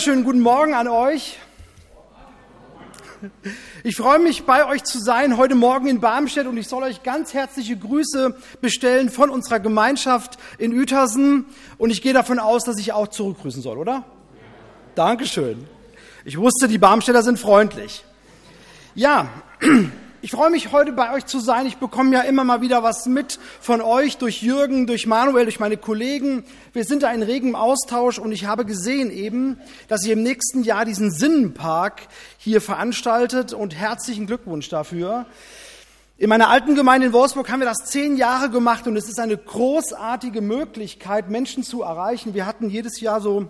Schönen guten Morgen an euch. Ich freue mich, bei euch zu sein, heute Morgen in Barmstedt, und ich soll euch ganz herzliche Grüße bestellen von unserer Gemeinschaft in Uetersen, und ich gehe davon aus, dass ich auch zurückgrüßen soll, oder? Dankeschön. Ich wusste, die Barmstädter sind freundlich. Ja, ich freue mich, heute bei euch zu sein. Ich bekomme ja immer mal wieder was mit von euch, durch Jürgen, durch Manuel, durch meine Kollegen. Wir sind da in regem Austausch, und ich habe gesehen eben, dass ihr im nächsten Jahr diesen Sinnenpark hier veranstaltet, und herzlichen Glückwunsch dafür. In meiner alten Gemeinde in Wolfsburg haben wir das 10 Jahre gemacht, und es ist eine großartige Möglichkeit, Menschen zu erreichen. Wir hatten jedes Jahr so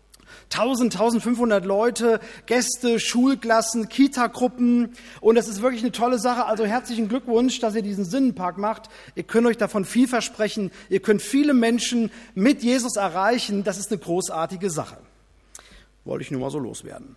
1500 Leute, Gäste, Schulklassen, Kita-Gruppen, und das ist wirklich eine tolle Sache. Also herzlichen Glückwunsch, dass ihr diesen Sinnenpark macht. Ihr könnt euch davon viel versprechen. Ihr könnt viele Menschen mit Jesus erreichen. Das ist eine großartige Sache. Wollte ich nur mal so loswerden.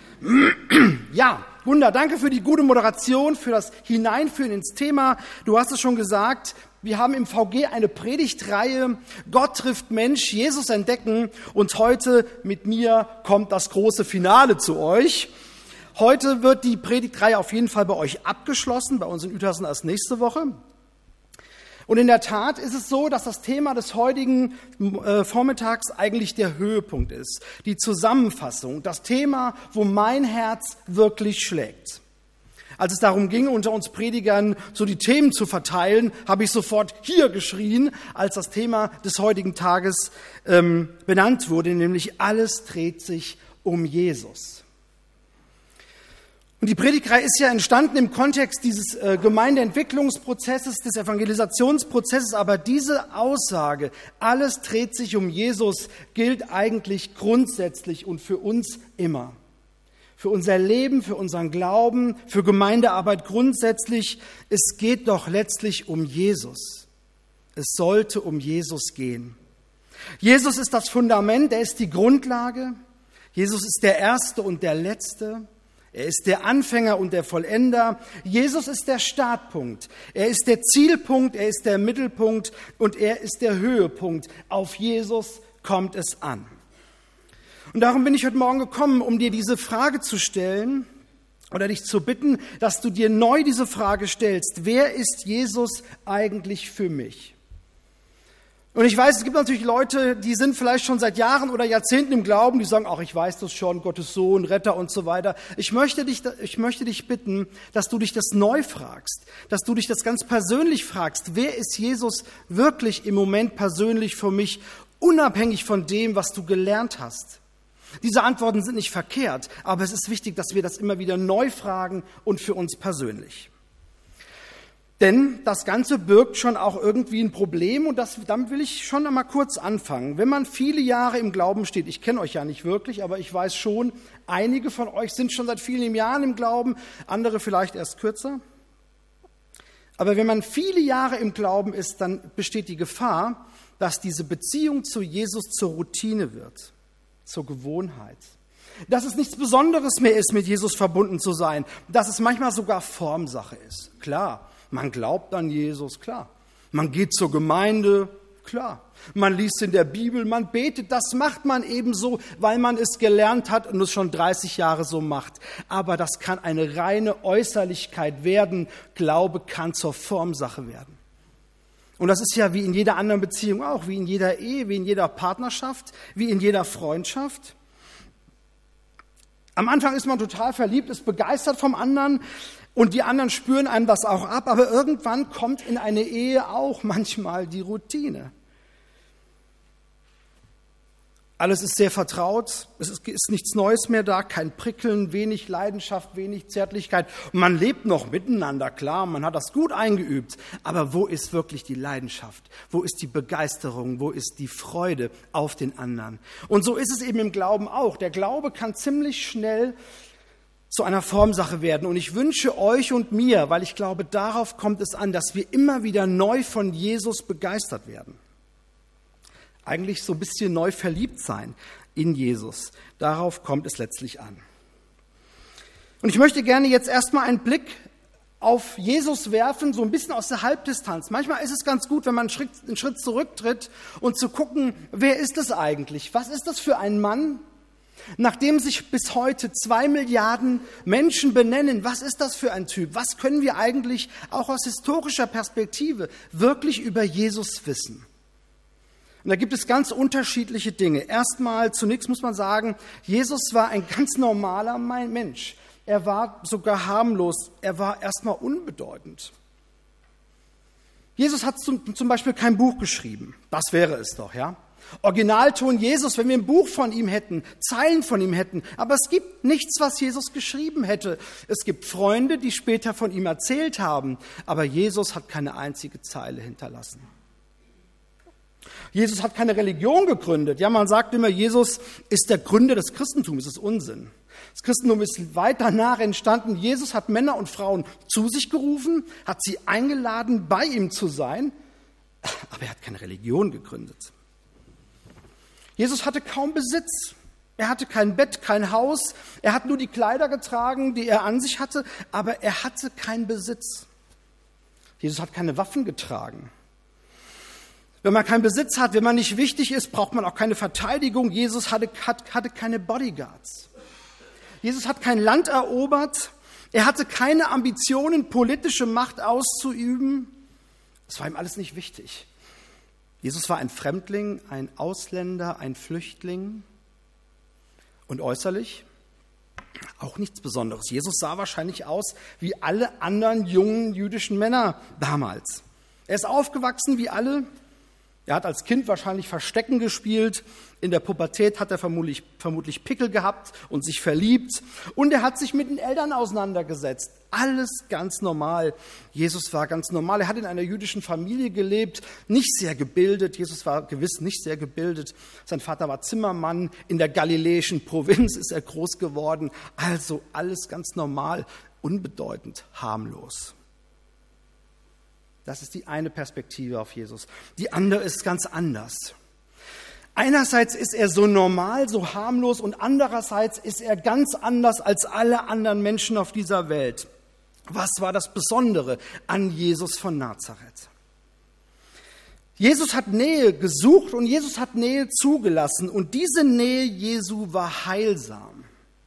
Ja, Gunda, danke für die gute Moderation, für das Hineinführen ins Thema. Du hast es schon gesagt, wir haben im VG eine Predigtreihe, Gott trifft Mensch, Jesus entdecken, und heute mit mir kommt das große Finale zu euch. Heute wird die Predigtreihe auf jeden Fall bei euch abgeschlossen, bei uns in Uetersen erst nächste Woche. Und in der Tat ist es so, dass das Thema des heutigen Vormittags eigentlich der Höhepunkt ist, die Zusammenfassung, das Thema, wo mein Herz wirklich schlägt. Als es darum ging, unter uns Predigern so die Themen zu verteilen, habe ich sofort hier geschrien, als das Thema des heutigen Tages benannt wurde, nämlich alles dreht sich um Jesus. Und die Predigtreihe ist ja entstanden im Kontext dieses Gemeindeentwicklungsprozesses, des Evangelisationsprozesses, aber diese Aussage, alles dreht sich um Jesus, gilt eigentlich grundsätzlich und für uns immer. Für unser Leben, für unseren Glauben, für Gemeindearbeit grundsätzlich. Es geht doch letztlich um Jesus. Es sollte um Jesus gehen. Jesus ist das Fundament, er ist die Grundlage. Jesus ist der Erste und der Letzte. Er ist der Anfänger und der Vollender. Jesus ist der Startpunkt. Er ist der Zielpunkt, er ist der Mittelpunkt und er ist der Höhepunkt. Auf Jesus kommt es an. Und darum bin ich heute Morgen gekommen, um dir diese Frage zu stellen oder dich zu bitten, dass du dir neu diese Frage stellst. Wer ist Jesus eigentlich für mich? Und ich weiß, es gibt natürlich Leute, die sind vielleicht schon seit Jahren oder Jahrzehnten im Glauben, die sagen, ach, ich weiß das schon, Gottes Sohn, Retter und so weiter. Ich möchte dich bitten, dass du dich das neu fragst, dass du dich das ganz persönlich fragst. Wer ist Jesus wirklich im Moment persönlich für mich, unabhängig von dem, was du gelernt hast? Diese Antworten sind nicht verkehrt, aber es ist wichtig, dass wir das immer wieder neu fragen und für uns persönlich. Denn das Ganze birgt schon auch irgendwie ein Problem, und damit will ich schon einmal kurz anfangen. Wenn man viele Jahre im Glauben steht, ich kenne euch ja nicht wirklich, aber ich weiß schon, einige von euch sind schon seit vielen Jahren im Glauben, andere vielleicht erst kürzer. Aber wenn man viele Jahre im Glauben ist, dann besteht die Gefahr, dass diese Beziehung zu Jesus zur Routine wird, zur Gewohnheit. Dass es nichts Besonderes mehr ist, mit Jesus verbunden zu sein, dass es manchmal sogar Formsache ist. Klar, man glaubt an Jesus, klar. Man geht zur Gemeinde, klar. Man liest in der Bibel, man betet, das macht man ebenso, weil man es gelernt hat und es schon 30 Jahre so macht. Aber das kann eine reine Äußerlichkeit werden. Glaube kann zur Formsache werden. Und das ist ja wie in jeder anderen Beziehung auch, wie in jeder Ehe, wie in jeder Partnerschaft, wie in jeder Freundschaft. Am Anfang ist man total verliebt, ist begeistert vom anderen, und die anderen spüren einem das auch ab, aber irgendwann kommt in eine Ehe auch manchmal die Routine. Alles ist sehr vertraut, es ist nichts Neues mehr da, kein Prickeln, wenig Leidenschaft, wenig Zärtlichkeit. Und man lebt noch miteinander, klar, man hat das gut eingeübt. Aber wo ist wirklich die Leidenschaft? Wo ist die Begeisterung? Wo ist die Freude auf den anderen? Und so ist es eben im Glauben auch. Der Glaube kann ziemlich schnell zu einer Formsache werden. Und ich wünsche euch und mir, weil ich glaube, darauf kommt es an, dass wir immer wieder neu von Jesus begeistert werden. Eigentlich so ein bisschen neu verliebt sein in Jesus. Darauf kommt es letztlich an. Und ich möchte gerne jetzt erstmal einen Blick auf Jesus werfen, so ein bisschen aus der Halbdistanz. Manchmal ist es ganz gut, wenn man einen Schritt zurücktritt und zu gucken, wer ist das eigentlich? Was ist das für ein Mann? Nachdem sich bis heute 2 Milliarden Menschen benennen, was ist das für ein Typ? Was können wir eigentlich auch aus historischer Perspektive wirklich über Jesus wissen? Und da gibt es ganz unterschiedliche Dinge. Zunächst muss man sagen, Jesus war ein ganz normaler Mensch. Er war sogar harmlos. Er war erstmal unbedeutend. Jesus hat zum Beispiel kein Buch geschrieben. Das wäre es doch, ja? Originalton Jesus, wenn wir ein Buch von ihm hätten, Zeilen von ihm hätten. Aber es gibt nichts, was Jesus geschrieben hätte. Es gibt Freunde, die später von ihm erzählt haben. Aber Jesus hat keine einzige Zeile hinterlassen. Jesus hat keine Religion gegründet. Ja, man sagt immer, Jesus ist der Gründer des Christentums. Das ist Unsinn. Das Christentum ist weit danach entstanden. Jesus hat Männer und Frauen zu sich gerufen, hat sie eingeladen, bei ihm zu sein. Aber er hat keine Religion gegründet. Jesus hatte kaum Besitz. Er hatte kein Bett, kein Haus. Er hat nur die Kleider getragen, die er an sich hatte. Aber er hatte keinen Besitz. Jesus hat keine Waffen getragen. Wenn man keinen Besitz hat, wenn man nicht wichtig ist, braucht man auch keine Verteidigung. Jesus hatte keine Bodyguards. Jesus hat kein Land erobert. Er hatte keine Ambitionen, politische Macht auszuüben. Das war ihm alles nicht wichtig. Jesus war ein Fremdling, ein Ausländer, ein Flüchtling. Und äußerlich auch nichts Besonderes. Jesus sah wahrscheinlich aus wie alle anderen jungen jüdischen Männer damals. Er ist aufgewachsen wie alle. Er hat als Kind wahrscheinlich Verstecken gespielt. In der Pubertät hat er vermutlich Pickel gehabt und sich verliebt. Und er hat sich mit den Eltern auseinandergesetzt. Alles ganz normal. Jesus war ganz normal. Er hat in einer jüdischen Familie gelebt, nicht sehr gebildet. Jesus war gewiss nicht sehr gebildet. Sein Vater war Zimmermann. In der galiläischen Provinz ist er groß geworden. Also alles ganz normal, unbedeutend, harmlos. Das ist die eine Perspektive auf Jesus. Die andere ist ganz anders. Einerseits ist er so normal, so harmlos und andererseits ist er ganz anders als alle anderen Menschen auf dieser Welt. Was war das Besondere an Jesus von Nazareth? Jesus hat Nähe gesucht und Jesus hat Nähe zugelassen und diese Nähe Jesu war heilsam.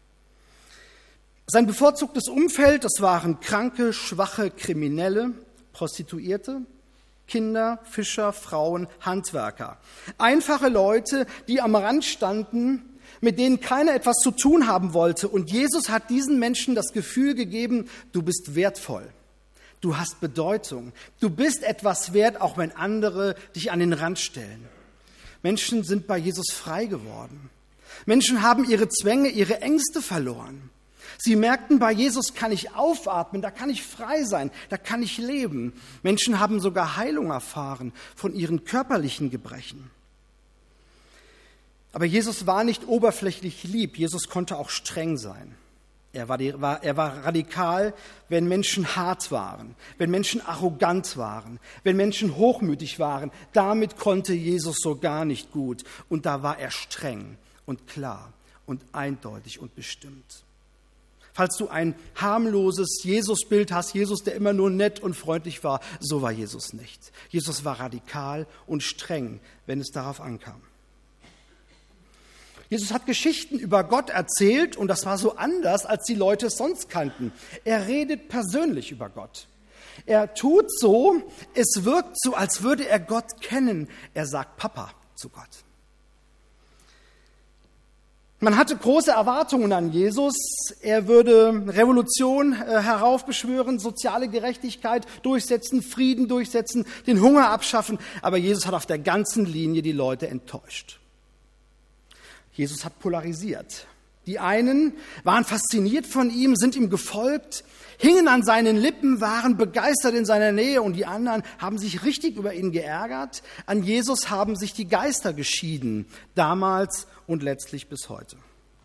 Sein bevorzugtes Umfeld, das waren Kranke, Schwache, Kriminelle, Prostituierte, Kinder, Fischer, Frauen, Handwerker. Einfache Leute, die am Rand standen, mit denen keiner etwas zu tun haben wollte. Und Jesus hat diesen Menschen das Gefühl gegeben, du bist wertvoll, du hast Bedeutung, du bist etwas wert, auch wenn andere dich an den Rand stellen. Menschen sind bei Jesus frei geworden. Menschen haben ihre Zwänge, ihre Ängste verloren. Sie merkten, bei Jesus kann ich aufatmen, da kann ich frei sein, da kann ich leben. Menschen haben sogar Heilung erfahren von ihren körperlichen Gebrechen. Aber Jesus war nicht oberflächlich lieb, Jesus konnte auch streng sein. Er war radikal, wenn Menschen hart waren, wenn Menschen arrogant waren, wenn Menschen hochmütig waren. Damit konnte Jesus so gar nicht gut. Und da war er streng und klar und eindeutig und bestimmt. Falls du ein harmloses Jesusbild hast, Jesus, der immer nur nett und freundlich war, so war Jesus nicht. Jesus war radikal und streng, wenn es darauf ankam. Jesus hat Geschichten über Gott erzählt und das war so anders, als die Leute es sonst kannten. Er redet persönlich über Gott. Er tut so, es wirkt so, als würde er Gott kennen. Er sagt Papa zu Gott. Man hatte große Erwartungen an Jesus. Er würde Revolution heraufbeschwören, soziale Gerechtigkeit durchsetzen, Frieden durchsetzen, den Hunger abschaffen. Aber Jesus hat auf der ganzen Linie die Leute enttäuscht. Jesus hat polarisiert. Die einen waren fasziniert von ihm, sind ihm gefolgt, hingen an seinen Lippen, waren begeistert in seiner Nähe und die anderen haben sich richtig über ihn geärgert. An Jesus haben sich die Geister geschieden, damals und letztlich bis heute.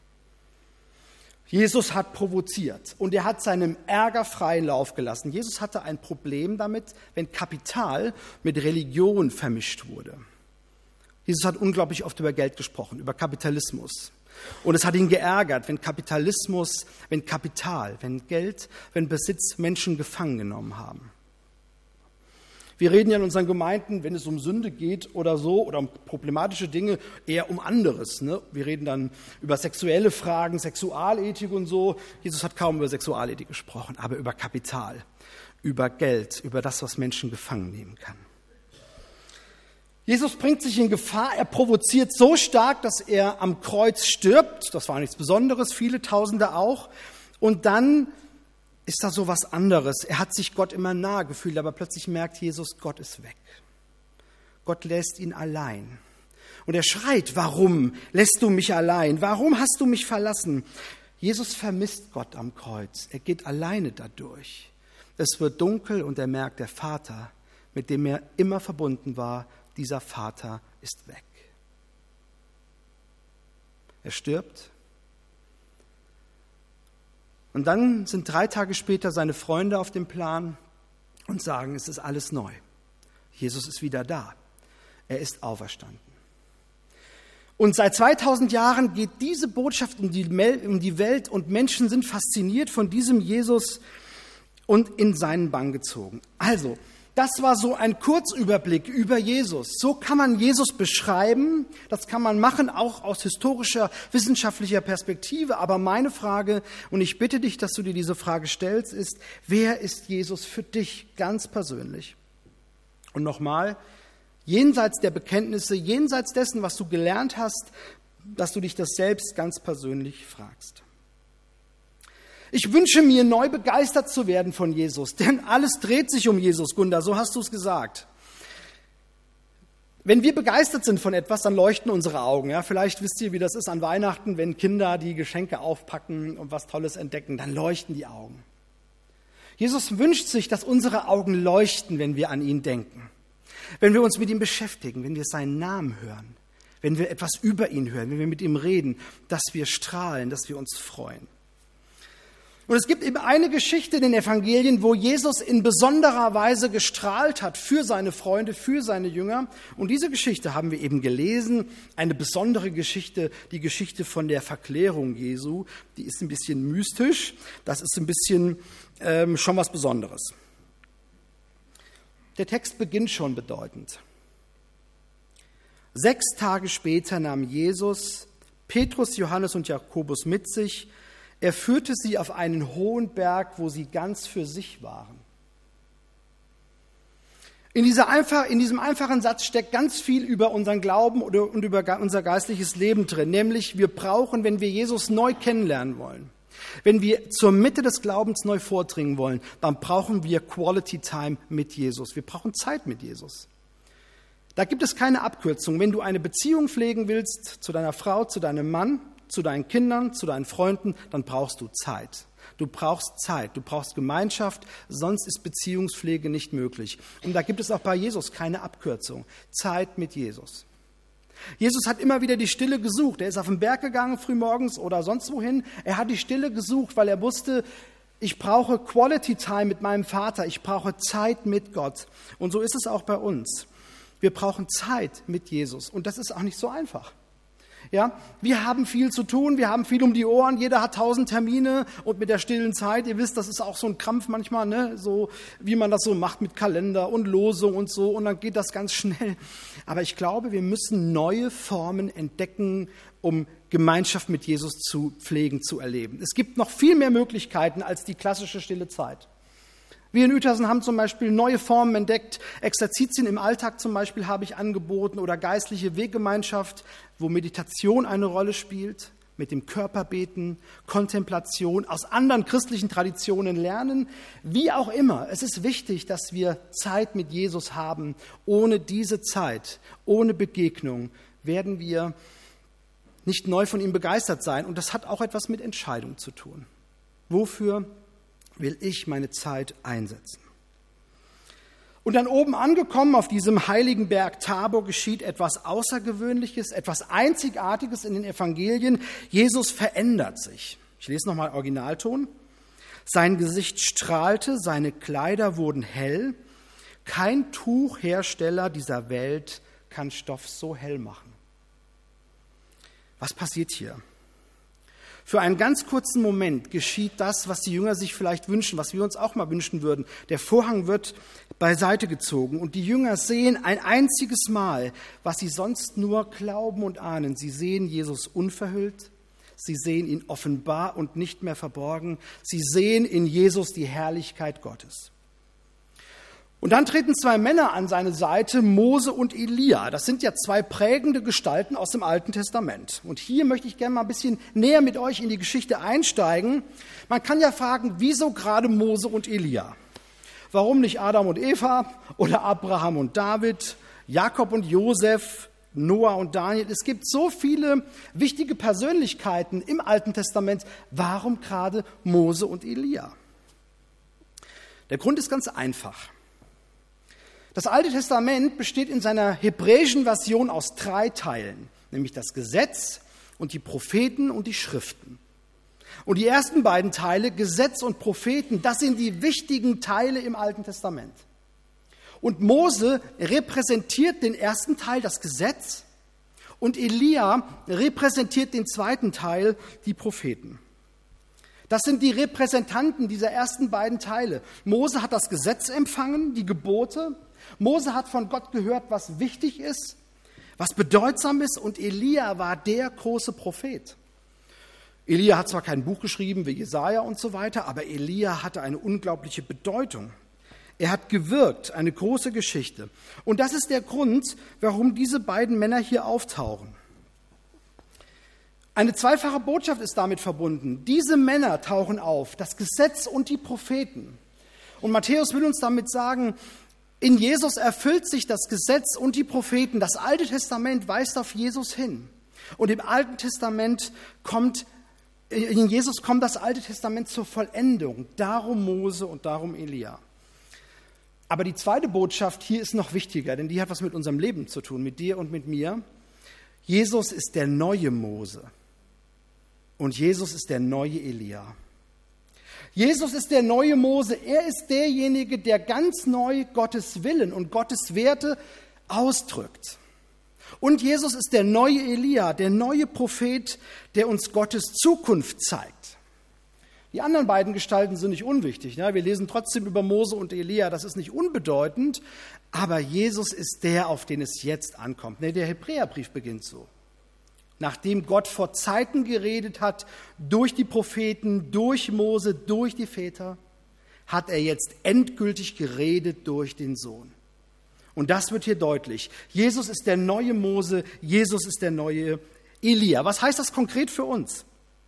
Jesus hat provoziert und er hat seinem Ärger freien Lauf gelassen. Jesus hatte ein Problem damit, wenn Kapital mit Religion vermischt wurde. Jesus hat unglaublich oft über Geld gesprochen, über Kapitalismus. Und es hat ihn geärgert, wenn Kapitalismus, wenn Kapital, wenn Geld, wenn Besitz Menschen gefangen genommen haben. Wir reden ja in unseren Gemeinden, wenn es um Sünde geht oder so, oder um problematische Dinge, eher um anderes. Ne? Wir reden dann über sexuelle Fragen, Sexualethik und so. Jesus hat kaum über Sexualethik gesprochen, aber über Kapital, über Geld, über das, was Menschen gefangen nehmen kann. Jesus bringt sich in Gefahr, er provoziert so stark, dass er am Kreuz stirbt. Das war nichts Besonderes, viele Tausende auch. Und dann ist da so was anderes. Er hat sich Gott immer nahe gefühlt, aber plötzlich merkt Jesus, Gott ist weg. Gott lässt ihn allein. Und er schreit, warum lässt du mich allein? Warum hast du mich verlassen? Jesus vermisst Gott am Kreuz. Er geht alleine dadurch. Es wird dunkel und er merkt, der Vater, mit dem er immer verbunden war, dieser Vater ist weg. Er stirbt. Und dann sind 3 Tage später seine Freunde auf dem Plan und sagen, es ist alles neu. Jesus ist wieder da. Er ist auferstanden. Und seit 2000 Jahren geht diese Botschaft um die Welt und Menschen sind fasziniert von diesem Jesus und in seinen Bann gezogen. Also, das war so ein Kurzüberblick über Jesus. So kann man Jesus beschreiben. Das kann man machen, auch aus historischer, wissenschaftlicher Perspektive. Aber meine Frage, und ich bitte dich, dass du dir diese Frage stellst, ist, wer ist Jesus für dich ganz persönlich? Und nochmal, jenseits der Bekenntnisse, jenseits dessen, was du gelernt hast, dass du dich das selbst ganz persönlich fragst. Ich wünsche mir, neu begeistert zu werden von Jesus, denn alles dreht sich um Jesus, Gunda, so hast du es gesagt. Wenn wir begeistert sind von etwas, dann leuchten unsere Augen. Ja? Vielleicht wisst ihr, wie das ist an Weihnachten, wenn Kinder die Geschenke aufpacken und was Tolles entdecken, dann leuchten die Augen. Jesus wünscht sich, dass unsere Augen leuchten, wenn wir an ihn denken, wenn wir uns mit ihm beschäftigen, wenn wir seinen Namen hören, wenn wir etwas über ihn hören, wenn wir mit ihm reden, dass wir strahlen, dass wir uns freuen. Und es gibt eben eine Geschichte in den Evangelien, wo Jesus in besonderer Weise gestrahlt hat für seine Freunde, für seine Jünger. Und diese Geschichte haben wir eben gelesen, eine besondere Geschichte, die Geschichte von der Verklärung Jesu. Die ist ein bisschen mystisch, das ist ein bisschen schon was Besonderes. Der Text beginnt schon bedeutend. 6 Tage später nahm Jesus Petrus, Johannes und Jakobus mit sich. Er führte sie auf einen hohen Berg, wo sie ganz für sich waren. In diesem einfachen Satz steckt ganz viel über unseren Glauben und über unser geistliches Leben drin. Nämlich, wir brauchen, wenn wir Jesus neu kennenlernen wollen, wenn wir zur Mitte des Glaubens neu vordringen wollen, dann brauchen wir Quality Time mit Jesus. Wir brauchen Zeit mit Jesus. Da gibt es keine Abkürzung. Wenn du eine Beziehung pflegen willst zu deiner Frau, zu deinem Mann, zu deinen Kindern, zu deinen Freunden, dann brauchst du Zeit. Du brauchst Zeit, du brauchst Gemeinschaft, sonst ist Beziehungspflege nicht möglich. Und da gibt es auch bei Jesus keine Abkürzung. Zeit mit Jesus. Jesus hat immer wieder die Stille gesucht. Er ist auf den Berg gegangen, frühmorgens oder sonst wohin. Er hat die Stille gesucht, weil er wusste, ich brauche Quality Time mit meinem Vater. Ich brauche Zeit mit Gott. Und so ist es auch bei uns. Wir brauchen Zeit mit Jesus. Und das ist auch nicht so einfach. Ja, wir haben viel zu tun, wir haben viel um die Ohren, jeder hat 1000 Termine und mit der stillen Zeit, ihr wisst, das ist auch so ein Krampf manchmal, ne? So wie man das so macht mit Kalender und Losung und so und dann geht das ganz schnell. Aber ich glaube, wir müssen neue Formen entdecken, um Gemeinschaft mit Jesus zu pflegen, zu erleben. Es gibt noch viel mehr Möglichkeiten als die klassische stille Zeit. Wir in Uetersen haben zum Beispiel neue Formen entdeckt. Exerzitien im Alltag zum Beispiel habe ich angeboten oder geistliche Weggemeinschaft, wo Meditation eine Rolle spielt, mit dem Körperbeten, Kontemplation, aus anderen christlichen Traditionen lernen. Wie auch immer, es ist wichtig, dass wir Zeit mit Jesus haben. Ohne diese Zeit, ohne Begegnung werden wir nicht neu von ihm begeistert sein. Und das hat auch etwas mit Entscheidung zu tun. Wofür will ich meine Zeit einsetzen? Und dann oben angekommen auf diesem heiligen Berg Tabor geschieht etwas Außergewöhnliches, etwas Einzigartiges in den Evangelien. Jesus verändert sich. Ich lese nochmal Originalton. Sein Gesicht strahlte, seine Kleider wurden hell. Kein Tuchhersteller dieser Welt kann Stoff so hell machen. Was passiert hier? Für einen ganz kurzen Moment geschieht das, was die Jünger sich vielleicht wünschen, was wir uns auch mal wünschen würden. Der Vorhang wird beiseite gezogen und die Jünger sehen ein einziges Mal, was sie sonst nur glauben und ahnen. Sie sehen Jesus unverhüllt, sie sehen ihn offenbar und nicht mehr verborgen. Sie sehen in Jesus die Herrlichkeit Gottes. Und dann treten zwei Männer an seine Seite, Mose und Elia. Das sind ja zwei prägende Gestalten aus dem Alten Testament. Und hier möchte ich gerne mal ein bisschen näher mit euch in die Geschichte einsteigen. Man kann ja fragen, wieso gerade Mose und Elia? Warum nicht Adam und Eva oder Abraham und David, Jakob und Josef, Noah und Daniel? Es gibt so viele wichtige Persönlichkeiten im Alten Testament. Warum gerade Mose und Elia? Der Grund ist ganz einfach. Das Alte Testament besteht in seiner hebräischen Version aus 3 Teilen, nämlich das Gesetz und die Propheten und die Schriften. Und die ersten beiden Teile, Gesetz und Propheten, das sind die wichtigen Teile im Alten Testament. Und Mose repräsentiert den ersten Teil, das Gesetz, und Elia repräsentiert den zweiten Teil, die Propheten. Das sind die Repräsentanten dieser ersten beiden Teile. Mose hat das Gesetz empfangen, die Gebote. Mose hat von Gott gehört, was wichtig ist, was bedeutsam ist, und Elia war der große Prophet. Elia hat zwar kein Buch geschrieben wie Jesaja und so weiter, aber Elia hatte eine unglaubliche Bedeutung. Er hat gewirkt, eine große Geschichte. Und das ist der Grund, warum diese beiden Männer hier auftauchen. Eine zweifache Botschaft ist damit verbunden. Diese Männer tauchen auf, das Gesetz und die Propheten. Und Matthäus will uns damit sagen, in Jesus erfüllt sich das Gesetz und die Propheten. Das Alte Testament weist auf Jesus hin. Und im Alten Testament in Jesus kommt das Alte Testament zur Vollendung. Darum Mose und darum Elia. Aber die zweite Botschaft hier ist noch wichtiger, denn die hat was mit unserem Leben zu tun, mit dir und mit mir. Jesus ist der neue Mose und Jesus ist der neue Elia. Jesus ist der neue Mose. Er ist derjenige, der ganz neu Gottes Willen und Gottes Werte ausdrückt. Und Jesus ist der neue Elia, der neue Prophet, der uns Gottes Zukunft zeigt. Die anderen beiden Gestalten sind nicht unwichtig. Wir lesen trotzdem über Mose und Elia, das ist nicht unbedeutend. Aber Jesus ist der, auf den es jetzt ankommt. Der Hebräerbrief beginnt so. Nachdem Gott vor Zeiten geredet hat, durch die Propheten, durch Mose, durch die Väter, hat er jetzt endgültig geredet durch den Sohn. Und das wird hier deutlich. Jesus ist der neue Mose, Jesus ist der neue Elia. Was heißt das konkret für uns?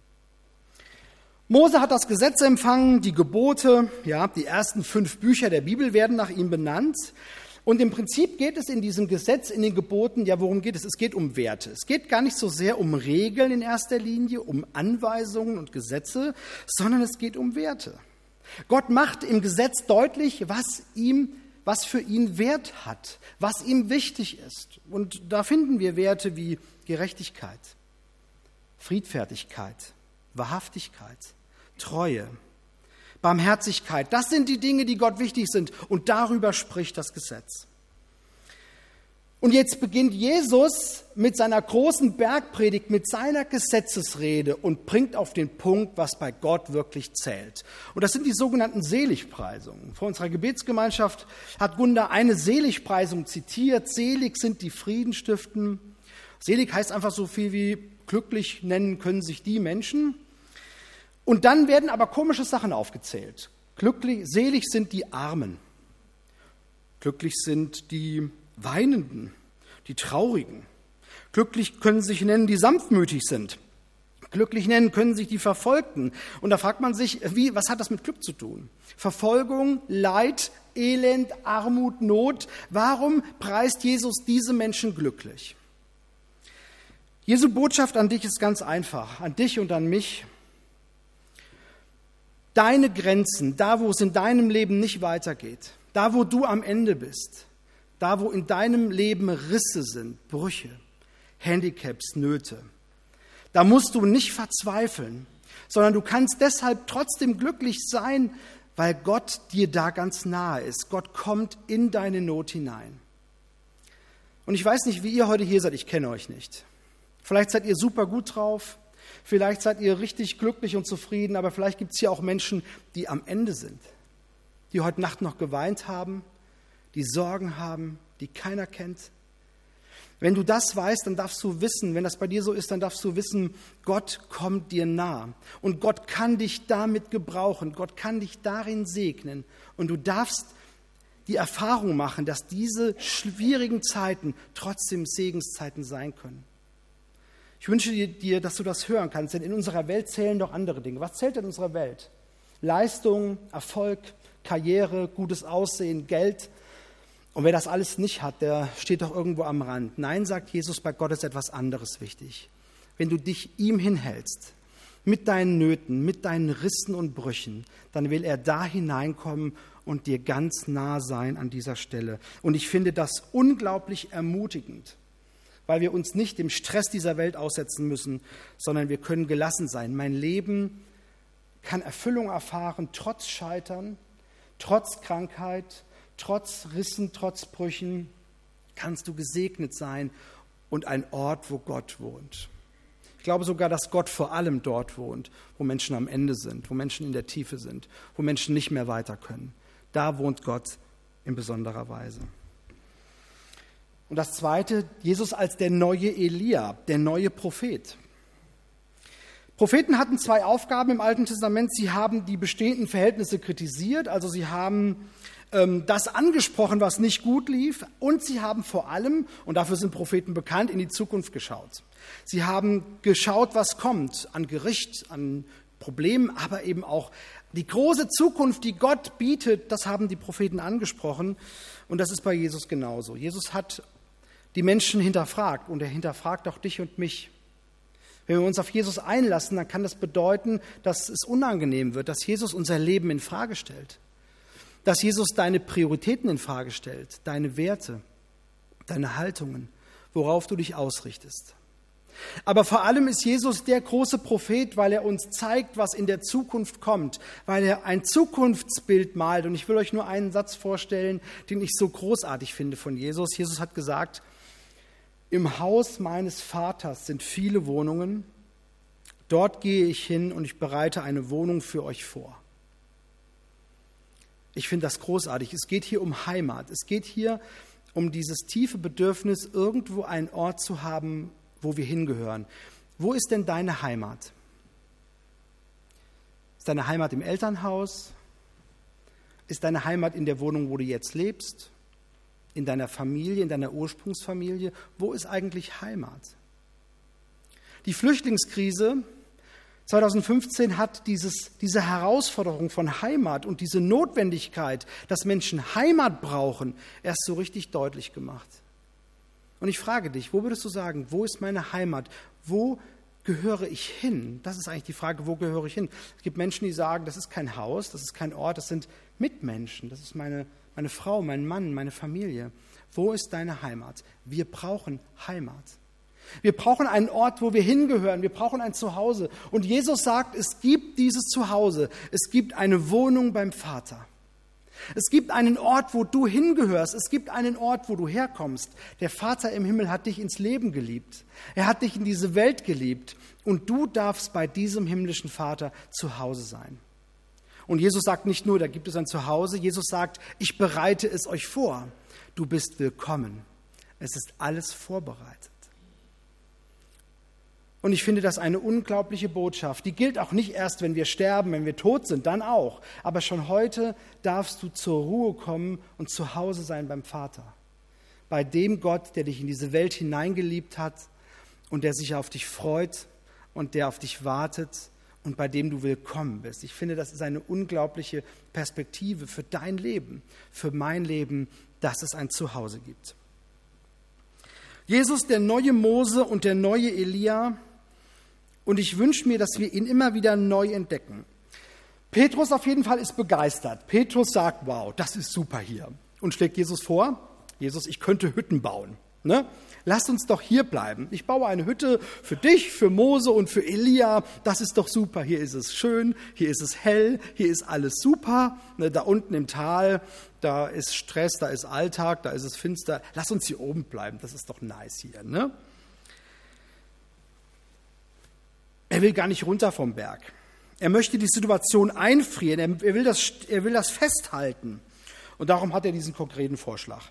Mose hat das Gesetz empfangen, die Gebote, die ersten 5 Bücher der Bibel werden nach ihm benannt. Und im Prinzip geht es in diesem Gesetz, in den Geboten, worum geht es? Es geht um Werte. Es geht gar nicht so sehr um Regeln in erster Linie, um Anweisungen und Gesetze, sondern es geht um Werte. Gott macht im Gesetz deutlich, was für ihn Wert hat, was ihm wichtig ist. Und da finden wir Werte wie Gerechtigkeit, Friedfertigkeit, Wahrhaftigkeit, Treue, Barmherzigkeit. Das sind die Dinge, die Gott wichtig sind. Und darüber spricht das Gesetz. Und jetzt beginnt Jesus mit seiner großen Bergpredigt, mit seiner Gesetzesrede und bringt auf den Punkt, was bei Gott wirklich zählt. Und das sind die sogenannten Seligpreisungen. Vor unserer Gebetsgemeinschaft hat Gunda eine Seligpreisung zitiert. Selig sind die Frieden stiften. Selig heißt einfach so viel wie glücklich nennen können sich die Menschen. Und dann werden aber komische Sachen aufgezählt. Selig sind die Armen. Glücklich sind die Weinenden, die Traurigen. Glücklich können sich nennen, die sanftmütig sind. Glücklich nennen können sich die Verfolgten. Und da fragt man sich, was hat das mit Glück zu tun? Verfolgung, Leid, Elend, Armut, Not. Warum preist Jesus diese Menschen glücklich? Jesu Botschaft an dich ist ganz einfach, an dich und an mich. Deine Grenzen, da wo es in deinem Leben nicht weitergeht, da wo du am Ende bist, da wo in deinem Leben Risse sind, Brüche, Handicaps, Nöte, da musst du nicht verzweifeln, sondern du kannst deshalb trotzdem glücklich sein, weil Gott dir da ganz nahe ist. Gott kommt in deine Not hinein. Und ich weiß nicht, wie ihr heute hier seid, ich kenne euch nicht. Vielleicht seid ihr super gut drauf, Vielleicht seid ihr richtig glücklich und zufrieden, aber vielleicht gibt es hier auch Menschen, die am Ende sind, die heute Nacht noch geweint haben, die Sorgen haben, die keiner kennt. Wenn du das weißt, dann darfst du wissen, wenn das bei dir so ist, dann darfst du wissen, Gott kommt dir nah. Und Gott kann dich damit gebrauchen. Gott kann dich darin segnen. Und du darfst die Erfahrung machen, dass diese schwierigen Zeiten trotzdem Segenszeiten sein können. Ich wünsche dir, dass du das hören kannst, denn in unserer Welt zählen doch andere Dinge. Was zählt in unserer Welt? Leistung, Erfolg, Karriere, gutes Aussehen, Geld. Und wer das alles nicht hat, der steht doch irgendwo am Rand. Nein, sagt Jesus, bei Gott ist etwas anderes wichtig. Wenn du dich ihm hinhältst, mit deinen Nöten, mit deinen Rissen und Brüchen, dann will er da hineinkommen und dir ganz nah sein an dieser Stelle. Und ich finde das unglaublich ermutigend, weil wir uns nicht dem Stress dieser Welt aussetzen müssen, sondern wir können gelassen sein. Mein Leben kann Erfüllung erfahren, trotz Scheitern, trotz Krankheit, trotz Rissen, trotz Brüchen kannst du gesegnet sein und ein Ort, wo Gott wohnt. Ich glaube sogar, dass Gott vor allem dort wohnt, wo Menschen am Ende sind, wo Menschen in der Tiefe sind, wo Menschen nicht mehr weiter können. Da wohnt Gott in besonderer Weise. Und das Zweite, Jesus als der neue Elia, der neue Prophet. Propheten hatten zwei Aufgaben im Alten Testament. Sie haben die bestehenden Verhältnisse kritisiert, also sie haben das angesprochen, was nicht gut lief, und sie haben vor allem, und dafür sind Propheten bekannt, in die Zukunft geschaut. Sie haben geschaut, was kommt an Gericht, an Problemen, aber eben auch die große Zukunft, die Gott bietet, das haben die Propheten angesprochen, und das ist bei Jesus genauso. Jesus hat die Menschen hinterfragt, und er hinterfragt auch dich und mich. Wenn wir uns auf Jesus einlassen, dann kann das bedeuten, dass es unangenehm wird, dass Jesus unser Leben in Frage stellt. Dass Jesus deine Prioritäten in Frage stellt, deine Werte, deine Haltungen, worauf du dich ausrichtest. Aber vor allem ist Jesus der große Prophet, weil er uns zeigt, was in der Zukunft kommt, weil er ein Zukunftsbild malt. Und ich will euch nur einen Satz vorstellen, den ich so großartig finde von Jesus. Jesus hat gesagt, im Haus meines Vaters sind viele Wohnungen, dort gehe ich hin und ich bereite eine Wohnung für euch vor. Ich finde das großartig. Es geht hier um Heimat. Es geht hier um dieses tiefe Bedürfnis, irgendwo einen Ort zu haben, wo wir hingehören. Wo ist denn deine Heimat? Ist deine Heimat im Elternhaus? Ist deine Heimat in der Wohnung, wo du jetzt lebst? In deiner Familie, in deiner Ursprungsfamilie? Wo ist eigentlich Heimat? Die Flüchtlingskrise 2015 hat diese Herausforderung von Heimat und diese Notwendigkeit, dass Menschen Heimat brauchen, erst so richtig deutlich gemacht. Und ich frage dich, wo würdest du sagen, wo ist meine Heimat? Wo gehöre ich hin? Das ist eigentlich die Frage, wo gehöre ich hin? Es gibt Menschen, die sagen, das ist kein Haus, das ist kein Ort, das sind Mitmenschen, das ist meine Frau, mein Mann, meine Familie. Wo ist deine Heimat? Wir brauchen Heimat. Wir brauchen einen Ort, wo wir hingehören. Wir brauchen ein Zuhause. Und Jesus sagt, es gibt dieses Zuhause. Es gibt eine Wohnung beim Vater. Es gibt einen Ort, wo du hingehörst. Es gibt einen Ort, wo du herkommst. Der Vater im Himmel hat dich ins Leben geliebt. Er hat dich in diese Welt geliebt. Und du darfst bei diesem himmlischen Vater zu Hause sein. Und Jesus sagt nicht nur, da gibt es ein Zuhause. Jesus sagt, ich bereite es euch vor. Du bist willkommen. Es ist alles vorbereitet. Und ich finde das eine unglaubliche Botschaft. Die gilt auch nicht erst, wenn wir sterben, wenn wir tot sind, dann auch. Aber schon heute darfst du zur Ruhe kommen und zu Hause sein beim Vater. Bei dem Gott, der dich in diese Welt hineingeliebt hat und der sich auf dich freut und der auf dich wartet und bei dem du willkommen bist. Ich finde, das ist eine unglaubliche Perspektive für dein Leben, für mein Leben, dass es ein Zuhause gibt. Jesus, der neue Mose und der neue Elia. Und ich wünsche mir, dass wir ihn immer wieder neu entdecken. Petrus auf jeden Fall ist begeistert. Petrus sagt, wow, das ist super hier. Und schlägt Jesus vor, Jesus, ich könnte Hütten bauen. Ne? Lasst uns doch hier bleiben. Ich baue eine Hütte für dich, für Mose und für Elia. Das ist doch super. Hier ist es schön, hier ist es hell, hier ist alles super. Ne, da unten im Tal, da ist Stress, da ist Alltag, da ist es finster. Lass uns hier oben bleiben. Das ist doch nice hier. Ne? Er will gar nicht runter vom Berg. Er möchte die Situation einfrieren. Er will das festhalten. Und darum hat er diesen konkreten Vorschlag.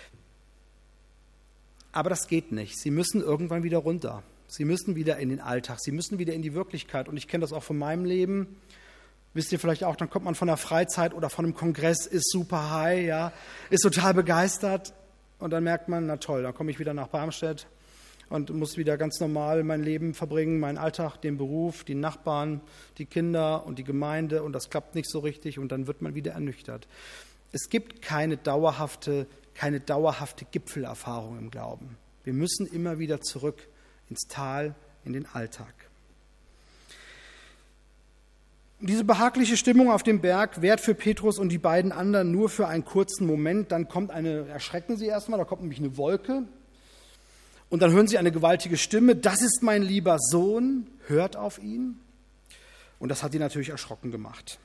Aber das geht nicht. Sie müssen irgendwann wieder runter. Sie müssen wieder in den Alltag. Sie müssen wieder in die Wirklichkeit. Und ich kenne das auch von meinem Leben. Wisst ihr vielleicht auch, dann kommt man von der Freizeit oder von einem Kongress, ist super high, ja, ist total begeistert. Und dann merkt man, na toll, dann komme ich wieder nach Barmstedt und muss wieder ganz normal mein Leben verbringen, meinen Alltag, den Beruf, die Nachbarn, die Kinder und die Gemeinde. Und das klappt nicht so richtig und dann wird man wieder ernüchtert. Es gibt keine dauerhafte Gipfelerfahrung im Glauben. Wir müssen immer wieder zurück ins Tal, in den Alltag. Diese behagliche Stimmung auf dem Berg währt für Petrus und die beiden anderen nur für einen kurzen Moment. Dann erschrecken sie erstmal, da kommt nämlich eine Wolke. Und dann hören sie eine gewaltige Stimme. Das ist mein lieber Sohn, hört auf ihn. Und das hat sie natürlich erschrocken gemacht.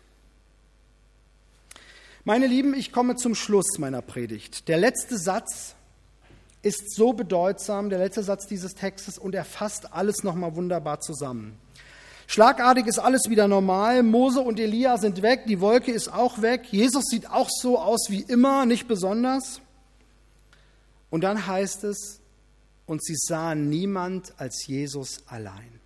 Meine Lieben, ich komme zum Schluss meiner Predigt. Der letzte Satz ist so bedeutsam, der letzte Satz dieses Textes, und er fasst alles nochmal wunderbar zusammen. Schlagartig ist alles wieder normal, Mose und Elia sind weg, die Wolke ist auch weg, Jesus sieht auch so aus wie immer, nicht besonders. Und dann heißt es, und sie sahen niemand als Jesus allein.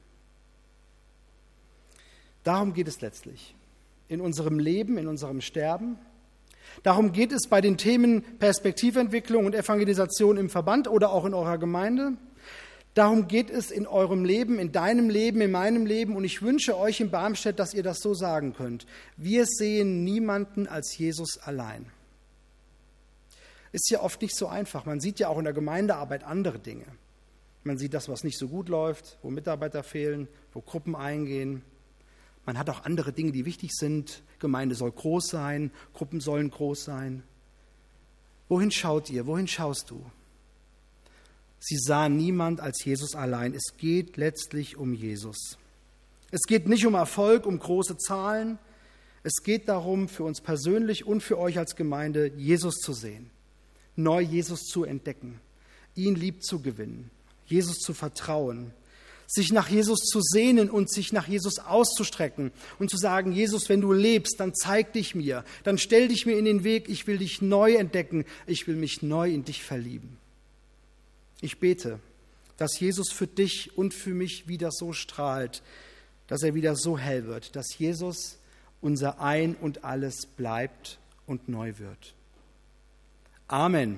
Darum geht es letztlich in unserem Leben, in unserem Sterben. Darum geht es bei den Themen Perspektiventwicklung und Evangelisation im Verband oder auch in eurer Gemeinde. Darum geht es in eurem Leben, in deinem Leben, in meinem Leben. Und ich wünsche euch in Barmstedt, dass ihr das so sagen könnt. Wir sehen niemanden als Jesus allein. Ist ja oft nicht so einfach. Man sieht ja auch in der Gemeindearbeit andere Dinge. Man sieht das, was nicht so gut läuft, wo Mitarbeiter fehlen, wo Gruppen eingehen. Man hat auch andere Dinge, die wichtig sind. Gemeinde soll groß sein, Gruppen sollen groß sein. Wohin schaut ihr? Wohin schaust du? Sie sahen niemand als Jesus allein. Es geht letztlich um Jesus. Es geht nicht um Erfolg, um große Zahlen. Es geht darum, für uns persönlich und für euch als Gemeinde Jesus zu sehen, neu Jesus zu entdecken, ihn lieb zu gewinnen, Jesus zu vertrauen, sich nach Jesus zu sehnen und sich nach Jesus auszustrecken und zu sagen, Jesus, wenn du lebst, dann zeig dich mir, dann stell dich mir in den Weg, ich will dich neu entdecken, ich will mich neu in dich verlieben. Ich bete, dass Jesus für dich und für mich wieder so strahlt, dass er wieder so hell wird, dass Jesus unser Ein und Alles bleibt und neu wird. Amen.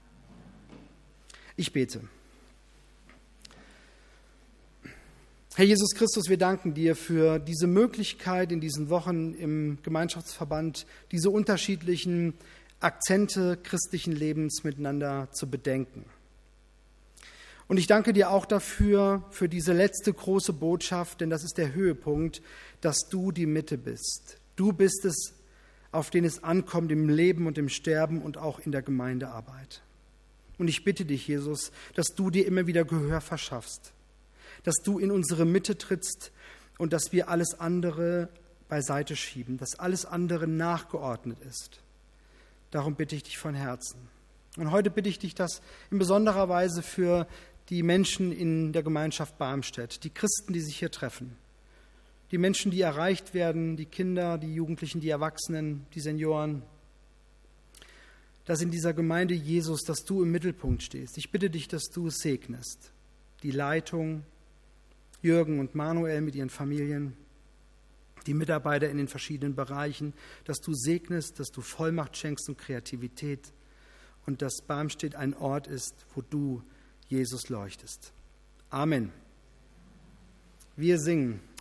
Ich bete. Herr Jesus Christus, wir danken dir für diese Möglichkeit in diesen Wochen im Gemeinschaftsverband, diese unterschiedlichen Akzente christlichen Lebens miteinander zu bedenken. Und ich danke dir auch dafür, für diese letzte große Botschaft, denn das ist der Höhepunkt, dass du die Mitte bist. Du bist es, auf den es ankommt im Leben und im Sterben und auch in der Gemeindearbeit. Und ich bitte dich, Jesus, dass du dir immer wieder Gehör verschaffst, dass du in unsere Mitte trittst und dass wir alles andere beiseite schieben, dass alles andere nachgeordnet ist. Darum bitte ich dich von Herzen. Und heute bitte ich dich das in besonderer Weise für die Menschen in der Gemeinschaft Barmstedt, die Christen, die sich hier treffen, die Menschen, die erreicht werden, die Kinder, die Jugendlichen, die Erwachsenen, die Senioren, dass in dieser Gemeinde Jesus, dass du im Mittelpunkt stehst. Ich bitte dich, dass du segnest, die Leitung, Jürgen und Manuel mit ihren Familien, die Mitarbeiter in den verschiedenen Bereichen, dass du segnest, dass du Vollmacht schenkst und Kreativität und dass Barmstedt ein Ort ist, wo du Jesus leuchtest. Amen. Wir singen